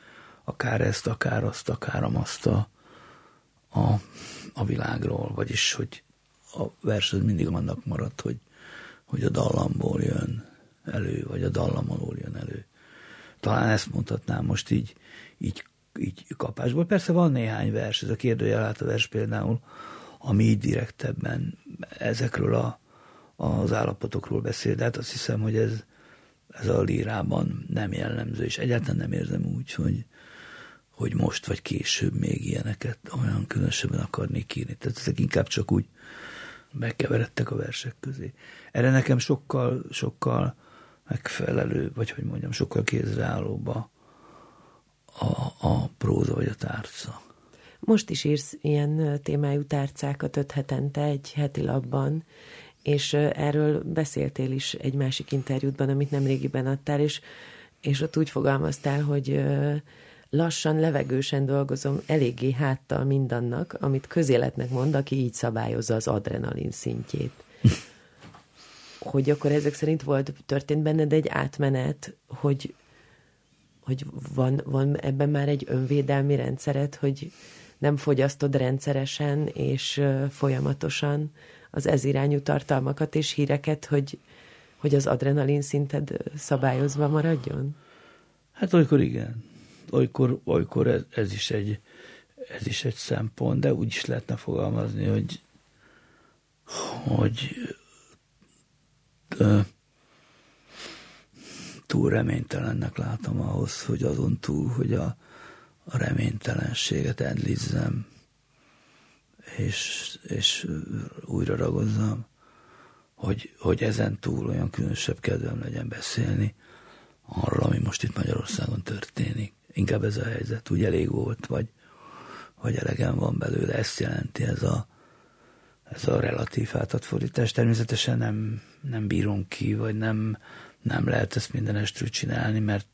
akár ezt, akár azt, akár azt a, a, a világról, vagyis, hogy a vers az mindig annak maradt, hogy, hogy a dallamból jön elő, vagy a dallam alól jön elő. Talán ezt mondhatnám most így, így, így kapásból. Persze van néhány vers, ez a kérdőjel át a vers például, ami így direktebben ezekről a, az állapotokról beszél, de hát azt hiszem, hogy ez, ez a lírában nem jellemző, és egyáltalán nem érzem úgy, hogy, hogy most vagy később még ilyeneket olyan különösebben akarnék írni. Tehát ezek inkább csak úgy megkeveredtek a versek közé. Erre nekem sokkal, sokkal megfelelő, vagy hogy mondjam, sokkal kézreállóbb a, a, a próza vagy a tárca. Most is írsz ilyen témájú tárcákat öt hetente egy heti lapban, és erről beszéltél is egy másik interjútban, amit nemrégiben adtál, és, és ott úgy fogalmaztál, hogy lassan, levegősen dolgozom eléggé háttal mindannak, amit közéletnek mond, aki így szabályozza az adrenalin szintjét. Hogy akkor ezek szerint volt, történt benned egy átmenet, hogy, hogy van, van ebben már egy önvédelmi rendszered, hogy nem fogyasztod rendszeresen és folyamatosan az ez irányú tartalmakat és híreket, hogy, hogy az adrenalin szinted szabályozva maradjon? Hát olykor igen. Olykor, olykor ez, ez, is egy, ez is egy szempont, de úgy is lehetne fogalmazni, hogy, hogy ö, túl reménytelennek látom ahhoz, hogy azon túl, hogy a, a reménytelenséget endlizzem, és, és újra ragozzam, hogy, hogy ezen túl olyan különösebb kedvem legyen beszélni arról, ami most itt Magyarországon történik. Inkább ez a helyzet, úgy elég volt, vagy, vagy elegem van belőle. Ezt jelenti ez a, ez a relatív hátadfordítás. Természetesen nem, nem bírom ki, vagy nem, nem lehet ezt minden estről csinálni, mert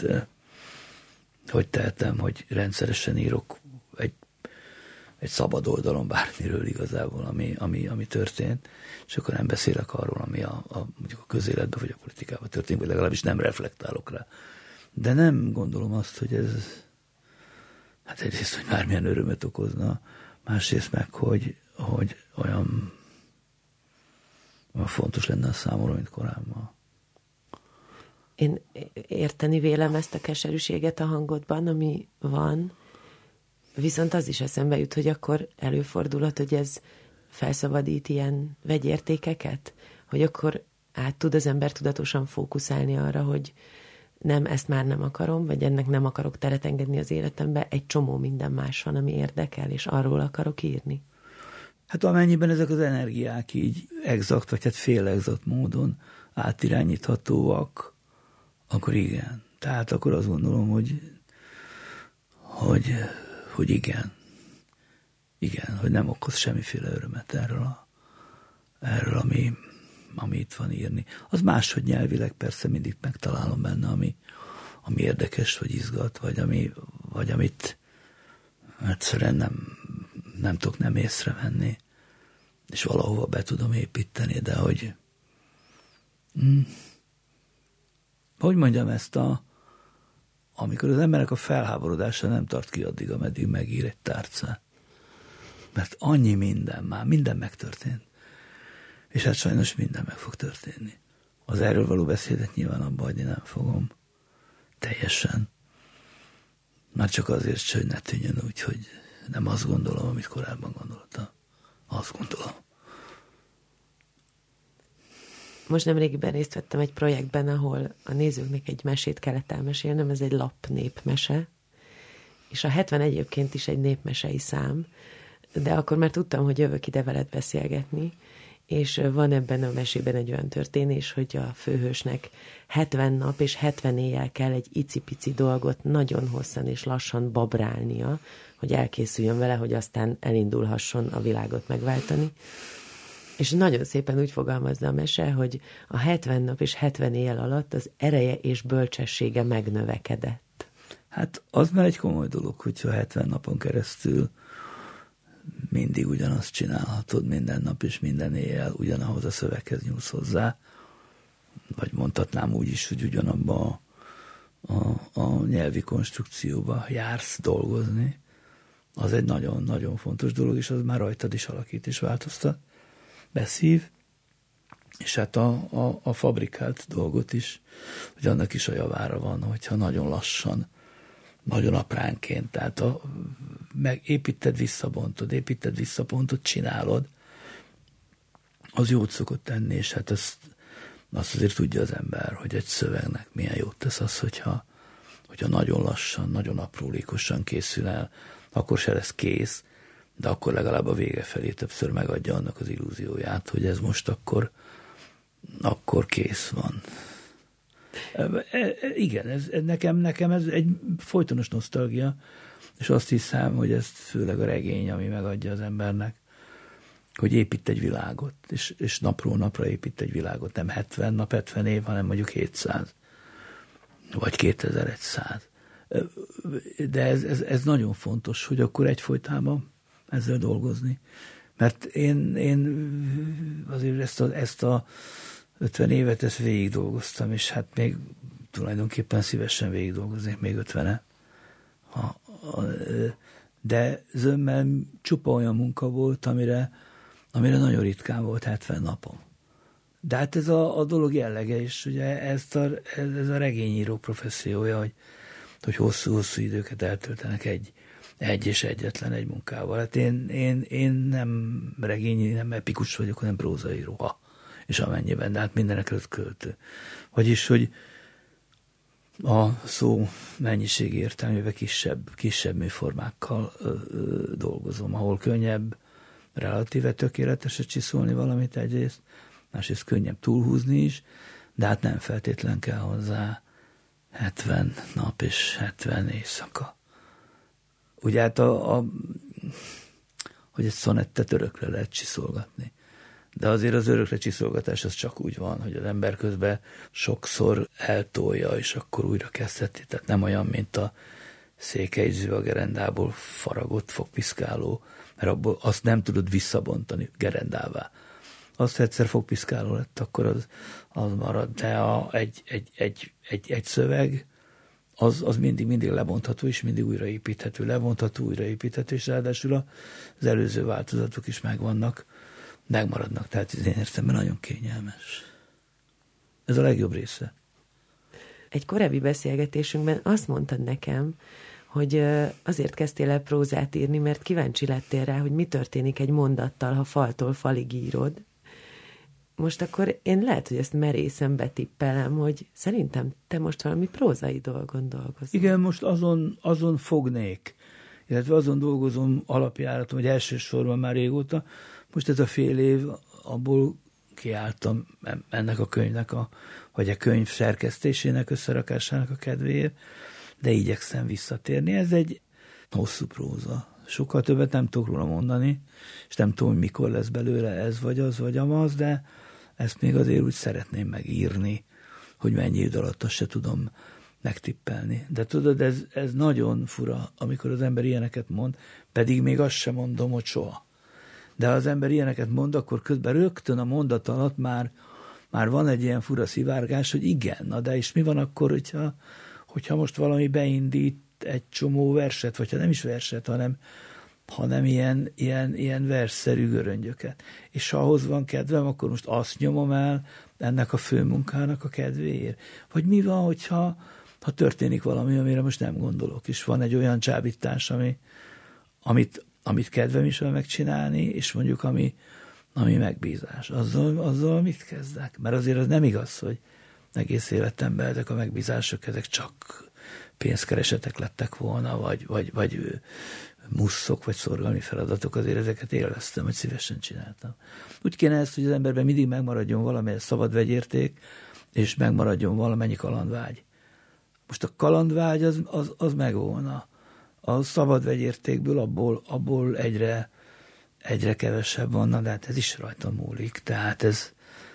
hogy tehetem, hogy rendszeresen írok egy, egy szabad oldalon bármiről igazából, ami, ami, ami történt, és akkor nem beszélek arról, ami a, a, mondjuk a közéletben vagy a politikában történt, vagy legalábbis nem reflektálok rá. De nem gondolom azt, hogy ez, hát egyrészt, hogy bármilyen örömet okozna, másrészt meg, hogy, hogy olyan, olyan fontos lenne a számomra, mint korábban. Én érteni vélem ezt a keserűséget a hangodban, ami van, viszont az is eszembe jut, hogy akkor előfordulhat, hogy ez felszabadít ilyen vegyértékeket, hogy akkor át tud az ember tudatosan fókuszálni arra, hogy nem, ezt már nem akarom, vagy ennek nem akarok teret engedni az életembe, egy csomó minden más van, ami érdekel, és arról akarok írni. Hát amennyiben ezek az energiák így exakt, vagy hát fél exakt módon átirányíthatóak, akkor igen. Tehát akkor azt gondolom, hogy, hogy, hogy igen. Igen, hogy nem okoz semmiféle örömet erről, a, erről ami, ami itt van írni. Az máshogy nyelvileg persze mindig megtalálom benne, ami, ami érdekes, vagy izgat, vagy, ami, vagy amit egyszerűen nem, nem tudok nem észrevenni, és valahova be tudom építeni, de hogy hm, hogy mondjam ezt a amikor az emberek a felháborodása nem tart ki addig, ameddig megír egy tárcát. Mert annyi minden már, minden megtörtént. És hát sajnos minden meg fog történni. Az erről való beszédet nyilván abba hagyni nem fogom. Teljesen. Már csak azért, hogy ne tűnjön úgy, hogy nem azt gondolom, amit korábban gondoltam. Azt gondolom. Most nemrégiben részt vettem egy projektben, ahol a nézőknek egy mesét kellett elmesélnem, ez egy lap népmese, és a hetven egyébként is egy népmesei szám, de akkor már tudtam, hogy jövök ide veled beszélgetni, és van ebben a mesében egy olyan történés, hogy a főhősnek hetven nap és hetven éjjel kell egy icipici dolgot nagyon hosszan és lassan babrálnia, hogy elkészüljön vele, hogy aztán elindulhasson a világot megváltani. És nagyon szépen úgy fogalmazza a mese, hogy a hetven nap és hetven éjjel alatt az ereje és bölcsessége megnövekedett. Hát az már egy komoly dolog, hogyha hetven napon keresztül mindig ugyanazt csinálhatod minden nap és minden éjjel, ugyanahoz a szöveghez nyúlsz hozzá, vagy mondhatnám úgy is, hogy ugyanabba a, a nyelvi konstrukcióba jársz dolgozni, az egy nagyon-nagyon fontos dolog, és az már rajtad is alakít és változtat, beszív, és hát a, a, a fabrikált dolgot is, hogy annak is a javára van, hogyha nagyon lassan, nagyon apránként, tehát a, meg építed, visszabontod, építed, visszabontod, csinálod, az jót szokott tenni, és hát azt, azt azért tudja az ember, hogy egy szövegnek milyen jót tesz az, hogyha, hogyha nagyon lassan, nagyon aprólékosan készül el, akkor se lesz kész, de akkor legalább a vége felé többször megadja annak az illúzióját, hogy ez most akkor, akkor kész van. E, e, igen, ez, nekem, nekem ez egy folytonos nosztalgia, és azt hiszem, hogy ez főleg a regény, ami megadja az embernek, hogy épít egy világot, és, és napról napra épít egy világot, nem hetven nap, hetven év, hanem mondjuk hétszáz, vagy kétezer-száz. De ez, ez, ez nagyon fontos, hogy akkor egyfolytában ezzel dolgozni. Mert én, én azért ezt a, ezt a ötven évet ezt végig dolgoztam, és hát még tulajdonképpen szívesen végig dolgoznék még ötvene. Ha, de zömmel csupa olyan munka volt, amire, amire nagyon ritkán volt hetven napom. De hát ez a, a dolog jellege, és ugye ezt a, ez, ez a regényíró professziója, hogy, hogy hosszú-hosszú időket eltöltenek egy, egy és egyetlen egy munkával. Hát én, én, én nem regényi, nem epikus vagyok, hanem prózaíró, ha, és amennyiben, de hát mindenek előtt költő. Vagyis, hogy a szó mennyiségi értelmével kisebb, kisebb műformákkal ö, ö, dolgozom, ahol könnyebb relatíve tökéleteset csiszolni valamit egyrészt, másrészt könnyebb túlhúzni is, de hát nem feltétlen kell hozzá hetven nap és hetven éjszaka. Ugye hát a, a hogy egy szonettet örökre lehet csiszolgatni. De azért az örökre csiszolgatás az csak úgy van, hogy az ember közben sokszor eltolja, és akkor újra kezdheti. Tehát nem olyan, mint a Székely Zső a gerendából faragott fogpiszkáló, mert abból azt nem tudod visszabontani gerendává. Azt egyszer fogpiszkáló lett, akkor az, az marad. De a, egy, egy, egy, egy, egy szöveg, az, az mindig, mindig lebontható, és mindig újraépíthető, lebontható, újraépíthető, és ráadásul az előző változatok is megvannak, megmaradnak, tehát az én értelemben nagyon kényelmes. Ez a legjobb része. Egy korábbi beszélgetésünkben azt mondtad nekem, hogy azért kezdtél el prózát írni, mert kíváncsi lettél rá, hogy mi történik egy mondattal, ha faltól falig írod. Most akkor én lehet, hogy ezt merészen betippelem, hogy szerintem te most valami prózai dolgon dolgozol. Igen, most azon, azon fognék, illetve azon dolgozom alapjáraton, hogy elsősorban már régóta. Most ez a fél év, abból kiálltam ennek a könyvnek, a, vagy a könyv szerkesztésének, összerakásának a kedvéért, de igyekszem visszatérni. Ez egy hosszú próza. Sokkal többet nem tudok róla mondani, és nem tudom, hogy mikor lesz belőle ez, vagy az, vagy amaz, de ezt még azért úgy szeretném megírni, hogy mennyi idő alatt azt se tudom megtippelni. De tudod, ez, ez nagyon fura, amikor az ember ilyeneket mond, pedig még azt sem mondom, hogy soha. De ha az ember ilyeneket mond, akkor közben rögtön a mondat alatt már, már van egy ilyen fura szivárgás, hogy igen, na de és mi van akkor, hogyha, hogyha most valami beindít egy csomó verset, vagy ha nem is verset, hanem, hanem ilyen, ilyen, ilyen versszerű göröngyöket. És ha ahhoz van kedvem, akkor most azt nyomom el ennek a főmunkának a kedvéért. Vagy mi van, hogyha ha történik valami, amire most nem gondolok, és van egy olyan csábítás, ami, amit, amit kedvem is van megcsinálni, és mondjuk ami, ami megbízás. Azzal, azzal mit kezdek? Mert azért az nem igaz, hogy egész életemben ezek a megbízások, ezek csak pénzkeresetek lettek volna, vagy, vagy, vagy musszok, vagy szorgalmi feladatok, azért ezeket élveztem, hogy szívesen csináltam. Úgy kéne ezt, hogy az emberben mindig megmaradjon valamilyen szabad vegyérték, és megmaradjon valamennyi kalandvágy. Most a kalandvágy az, az, az megvolna. A szabad vegyértékből abból, abból egyre, egyre kevesebb van, de hát ez is rajtam múlik. Tehát ez,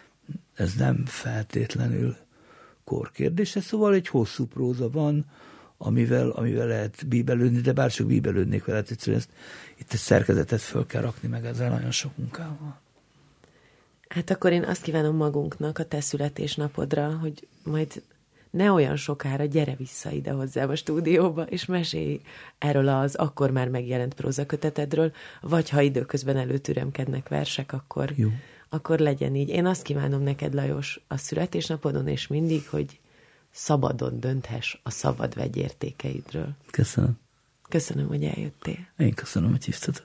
ez nem feltétlenül korkérdése. Szóval egy hosszú próza van, amivel, amivel lehet bíbelődni, de bár csak bíbelődnék vele, egyszerűen ezt, itt egy szerkezetet föl kell rakni, meg ezzel nagyon sok munkával. Hát akkor én azt kívánom magunknak a te születésnapodra, hogy majd ne olyan sokára gyere vissza ide hozzám a stúdióba, és mesélj erről az akkor már megjelent prózakötetedről, vagy ha időközben előtüremkednek versek, akkor, akkor legyen így. Én azt kívánom neked, Lajos, a születésnapodon és mindig, hogy szabadon dönthess a szabad vegyértékeidről. Köszönöm. Köszönöm, hogy eljöttél. Én köszönöm, hogy hívtad.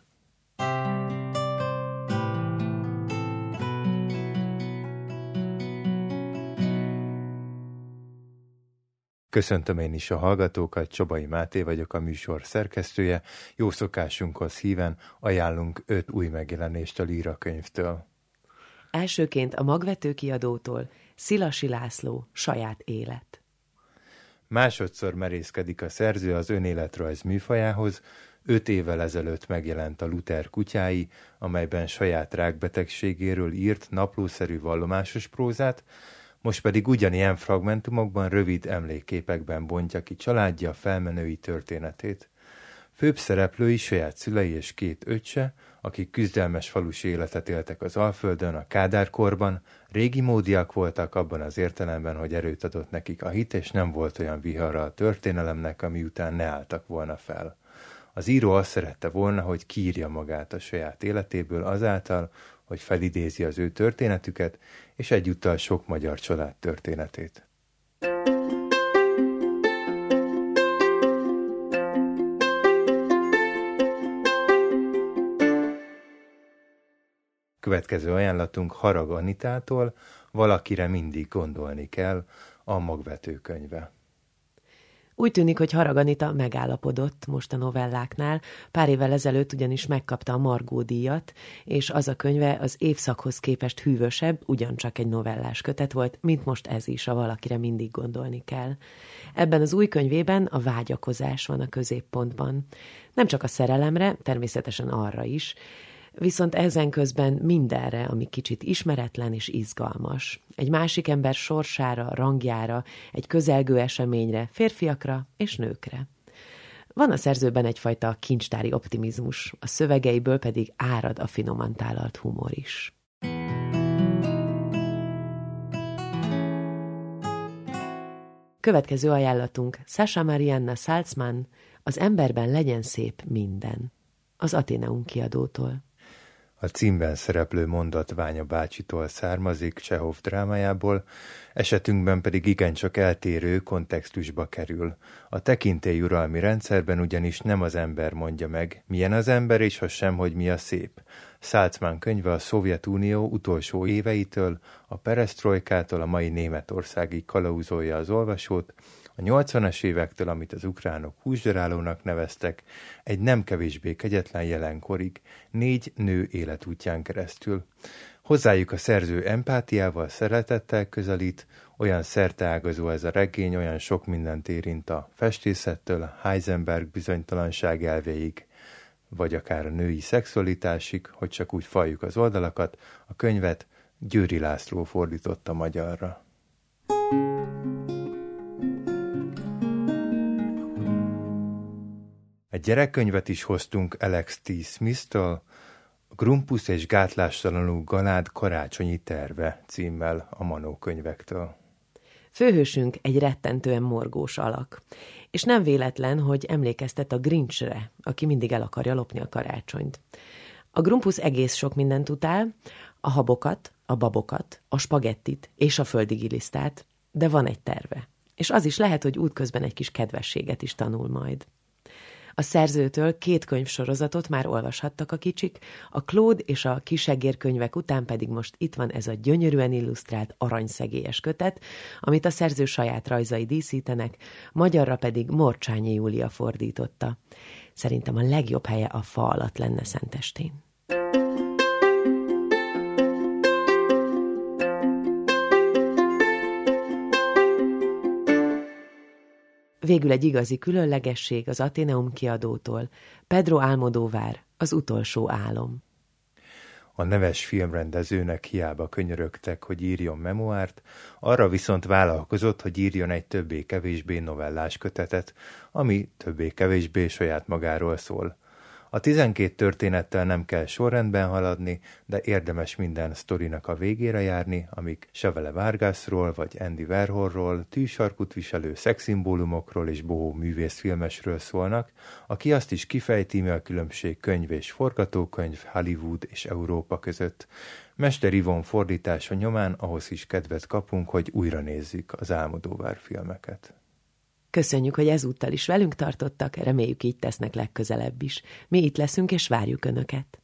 Köszöntöm én is a hallgatókat, Csabai Máté vagyok, a műsor szerkesztője. Jó szokásunkhoz híven ajánlunk öt új megjelenést a Líra könyvtől. Elsőként a Magvető Kiadótól Szilasi László, Saját élet. Másodszor merészkedik a szerző az önéletrajz műfajához. Öt évvel ezelőtt megjelent a Luther kutyái, amelyben saját rákbetegségéről írt naplószerű vallomásos prózát, most pedig ugyanilyen fragmentumokban, rövid emlékképekben bontja ki családja felmenői történetét. Főbb szereplői saját szülei és két öccse, akik küzdelmes falusi életet éltek az Alföldön a Kádár-korban, régi módiak voltak abban az értelemben, hogy erőt adott nekik a hit, és nem volt olyan viharra a történelemnek, ami után ne álltak volna fel. Az író azt szerette volna, hogy kiírja magát a saját életéből azáltal, hogy felidézi az ő történetüket, és egyúttal sok magyar család történetét. Következő ajánlatunk Harag Anitától, Valakire mindig gondolni kell, a Magvető könyve. Úgy tűnik, hogy Harag Anita megállapodott most a novelláknál, pár évvel ezelőtt ugyanis megkapta a Margó díjat, és az a könyve az évszakhoz képest hűvösebb, ugyancsak egy novellás kötet volt, mint most ez is, a Valakire mindig gondolni kell. Ebben az új könyvében a vágyakozás van a középpontban. Nem csak a szerelemre, természetesen arra is, viszont ezen közben mindenre, ami kicsit ismeretlen és izgalmas. Egy másik ember sorsára, rangjára, egy közelgő eseményre, férfiakra és nőkre. Van a szerzőben egyfajta kincstári optimizmus, a szövegeiből pedig árad a finoman tálalt humor is. Következő ajánlatunk Sasha Marianna Salzman, Az emberben legyen szép minden, az Atheneum kiadótól. A címben szereplő mondat Ványa bácsitól származik, Csehov drámájából, esetünkben pedig igencsak eltérő kontextusba kerül. A tekintélyuralmi rendszerben ugyanis nem az ember mondja meg, milyen az ember, és ha sem, hogy mi a szép. Salzman könyve a Szovjetunió utolsó éveitől, a peresztrojkától a mai Németországig kalauzolja az olvasót, a nyolcvanas évektől, amit az ukránok húsdarálónak neveztek, egy nem kevésbé kegyetlen jelenkorig, négy nő életútján keresztül. Hozzájuk a szerző empátiával, szeretettel közelít, olyan szerteágazó ez a regény, olyan sok mindent érint a festészettől, Heisenberg bizonytalanság elvéig, vagy akár a női szexualitásig, hogy csak úgy faljuk az oldalakat. A könyvet Győri László fordította magyarra. Egy gyerekkönyvet is hoztunk Alex T. Smith-től, Grumpus és gátlástalanul Galád karácsonyi terve címmel a Manó könyvektől. Főhősünk egy rettentően morgós alak, és nem véletlen, hogy emlékeztet a Grinchre, aki mindig el akarja lopni a karácsonyt. A Grumpus egész sok mindent utál, a habokat, a babokat, a spagettit és a földi gilisztát, de van egy terve, és az is lehet, hogy útközben egy kis kedvességet is tanul majd. A szerzőtől két könyvsorozatot már olvashattak a kicsik, a Claude és a Kisegér könyvek után pedig most itt van ez a gyönyörűen illusztrált aranyszegélyes kötet, amit a szerző saját rajzai díszítenek, magyarra pedig Morcsányi Júlia fordította. Szerintem a legjobb helye a fa alatt lenne Szentestén. Végül egy igazi különlegesség az Atheneum kiadótól, Pedro Almodóvar, Az utolsó álom. A neves filmrendezőnek hiába könyörögtek, hogy írjon memoárt, arra viszont vállalkozott, hogy írjon egy többé-kevésbé novellás kötetet, ami többé-kevésbé saját magáról szól. A tizenkét történettel nem kell sorrendben haladni, de érdemes minden sztorinak a végére járni, amik Chevelle Vargasról vagy Andy Warholról, tűsarkút viselő szexszimbólumokról és bohó művészfilmesről szólnak, aki azt is kifejti, mi a különbség könyv és forgatókönyv, Hollywood és Európa között. Mester Ivon fordítása nyomán ahhoz is kedvet kapunk, hogy újra nézzük az Almodóvar filmeket. Köszönjük, hogy ezúttal is velünk tartottak, reméljük így tesznek legközelebb is. Mi itt leszünk, és várjuk Önöket.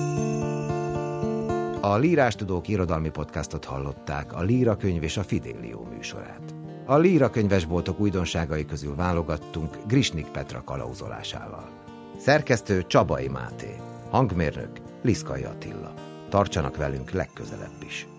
A Lírástudók irodalmi podcastot hallották, a Líra könyv és a Fidelio műsorát. A Líra könyvesboltok újdonságai közül válogattunk Grisnik Petra kalauzolásával. Szerkesztő Csabai Máté, hangmérnök Liszkai Attila. Tartsanak velünk legközelebb is.